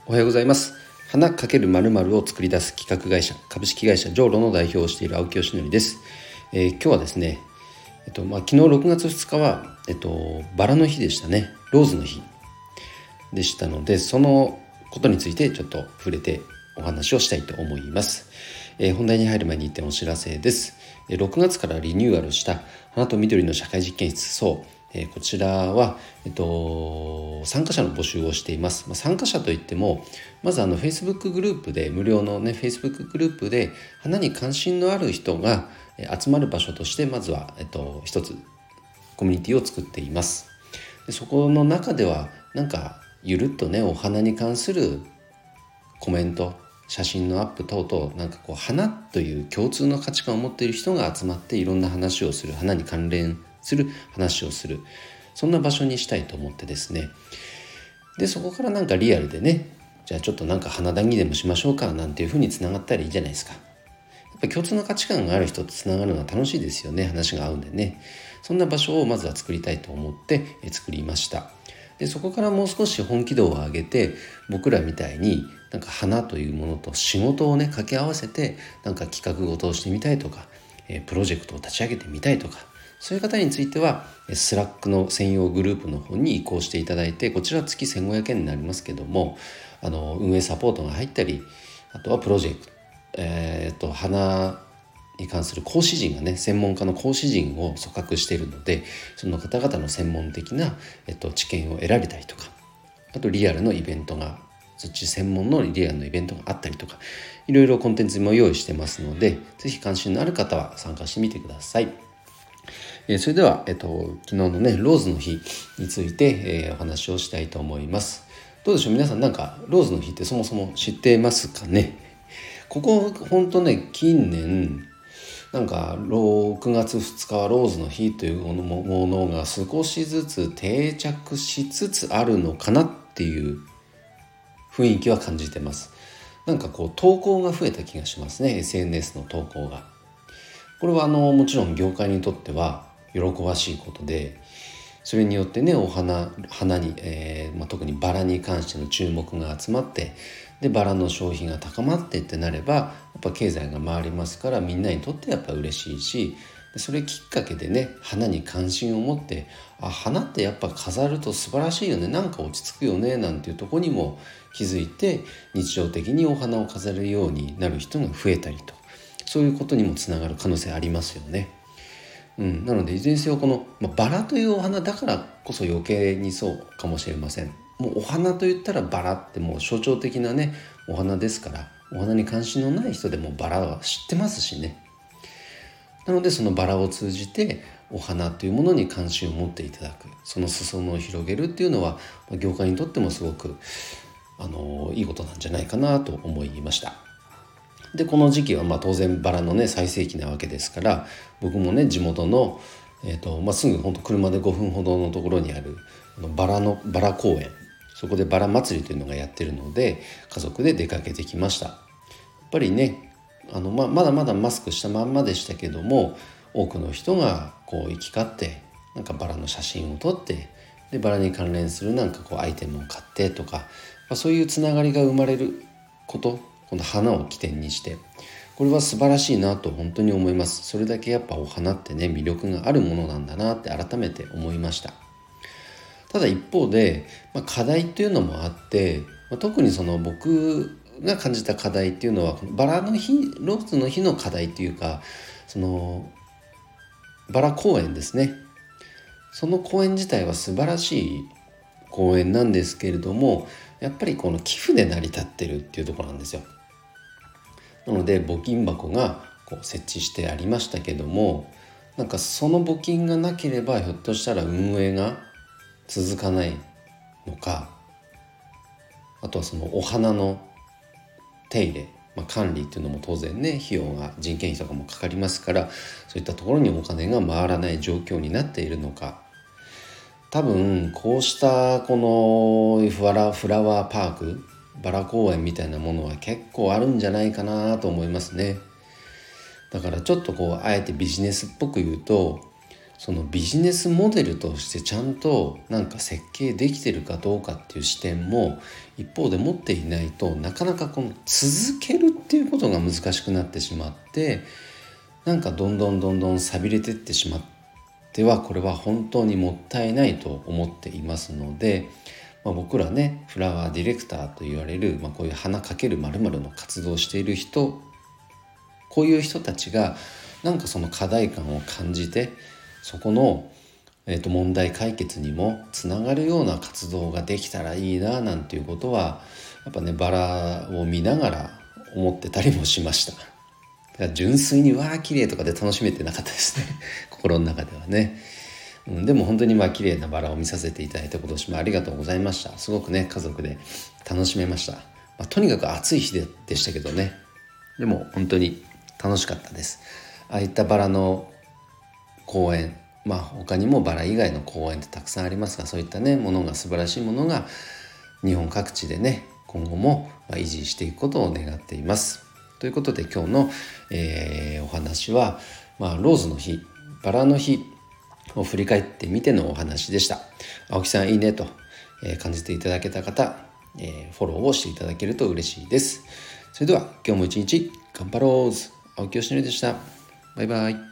おはようございます。花×〇〇を作り出す企画会社株式会社ジョーロの代表をしている青木よしのりです。今日はですね、昨日6月2日は、バラの日でしたね。ローズの日でしたので、そのことについてちょっと触れてお話をしたいと思います。本題に入る前に1点お知らせです。6月からリニューアルした花と緑の社会実験室こちらは、参加者の募集をしています。参加者といっても、まずFacebook グループで、無料のね Facebook グループで花に関心のある人が集まる場所として、まずは、一つコミュニティを作っています。でそこの中ではゆるっとね、お花に関するコメント、写真のアップ等々、花という共通の価値観を持っている人が集まっていろんな話をする、花に関連する話をする、そんな場所にしたいと思ってですね。でそこからリアルでね、じゃあちょっと花談義でもしましょうかなんていう風につながったらいいじゃないですか。やっぱ共通の価値観がある人とつながるのは楽しいですよね。話が合うんでね。そんな場所をまずは作りたいと思って作りました。でそこからもう少し本気度を上げて、僕らみたいに花というものと仕事をね掛け合わせて企画事をしてみたいとか、プロジェクトを立ち上げてみたいとか、そういう方についてはスラックの専用グループの方に移行していただいて、こちらは月1500円になりますけども、運営サポートが入ったり、あとはプロジェクト、花に関する講師陣がね、専門家の講師陣を組閣しているので、その方々の専門的な、知見を得られたりとか、あとリアルのイベントが、そっち専門のリアルのイベントがあったりとか、いろいろコンテンツも用意してますので、ぜひ関心のある方は参加してみてください。それでは、昨日のねローズの日について、お話をしたいと思います。どうでしょう、皆さんローズの日ってそもそも知ってますかね。ここほんとね、近年6月2日はローズの日というものが少しずつ定着しつつあるのかなっていう雰囲気は感じてます。投稿が増えた気がしますね。 SNS の投稿が。これはもちろん業界にとっては喜ばしいことで、それによってね、花に、特にバラに関しての注目が集まって、でバラの消費が高まってってなれば、やっぱ経済が回りますから、みんなにとってやっぱ嬉しいし、それきっかけでね、花に関心を持って、花ってやっぱ飾ると素晴らしいよね、落ち着くよねなんていうところにも気づいて、日常的にお花を飾るようになる人が増えたりと、そういうことにもつながる可能性ありますよね。なのでいずれにせよ、この、バラというお花だからこそ余計にそうかもしれません。もうお花といったらバラってもう象徴的なねお花ですから、お花に関心のない人でもバラは知ってますしね。なのでそのバラを通じてお花というものに関心を持っていただく、その裾野を広げるっていうのは業界にとってもすごくいいことなんじゃないかなと思いました。でこの時期は当然バラのね最盛期なわけですから、僕もね地元の、すぐ本当車で5分ほどのところにあるバラ公園、そこでバラ祭りというのがやってるので、家族で出かけてきました。やっぱりねまだまだマスクしたまんまでしたけども、多くの人が行き交ってバラの写真を撮って、でバラに関連するアイテムを買ってとか、そういうつながりが生まれること、この花を起点にして、これは素晴らしいなと本当に思います。それだけやっぱお花ってね、魅力があるものなんだなって改めて思いました。ただ一方で、課題っていうのもあって、特にその僕が感じた課題っていうのは、バラの日、ローズの日の課題っていうか、そのバラ公園ですね。その公園自体は素晴らしい公園なんですけれども、やっぱりこの寄付で成り立ってるっていうところなんですよ。なので募金箱が設置してありましたけども、その募金がなければひょっとしたら運営が続かないのか、あとはそのお花の手入れ、管理っていうのも当然ね、費用が人件費とかもかかりますから、そういったところにお金が回らない状況になっているのか。多分こうしたこのフラワーパーク、バラ公園みたいなものは結構あるんじゃないかなと思いますね。だからちょっとあえてビジネスっぽく言うと、 そのビジネスモデルとしてちゃんとなんか設計できてるかどうかっていう視点も一方で持っていないと、なかなかこの続けるっていうことが難しくなってしまって、なんかどんどん錆びれてってしまっては、これは本当にもったいないと思っていますので、僕らねフラワーディレクターと言われる、こういう花かける〇〇の活動をしている人、こういう人たちがなんかその課題感を感じて、そこの、問題解決にもつながるような活動ができたらいいななんていうことはやっぱね、バラを見ながら思ってたりもしました。だから純粋にわー綺麗とかで楽しめてなかったですね心の中ではね。でも本当に綺麗なバラを見させていただいて、今年もありがとうございました。すごくね家族で楽しめました。とにかく暑い日でしたけどね、でも本当に楽しかったです。ああいったバラの公園、他にもバラ以外の公園ってたくさんありますが、そういったねものが、素晴らしいものが日本各地でね今後も維持していくことを願っています。ということで今日の、お話は、ローズの日、バラの日を振り返ってみてのお話でした。青木さんいいねと、感じていただけた方、フォローをしていただけると嬉しいです。それでは今日も一日頑張ろう。青木よしのりでした。バイバイ。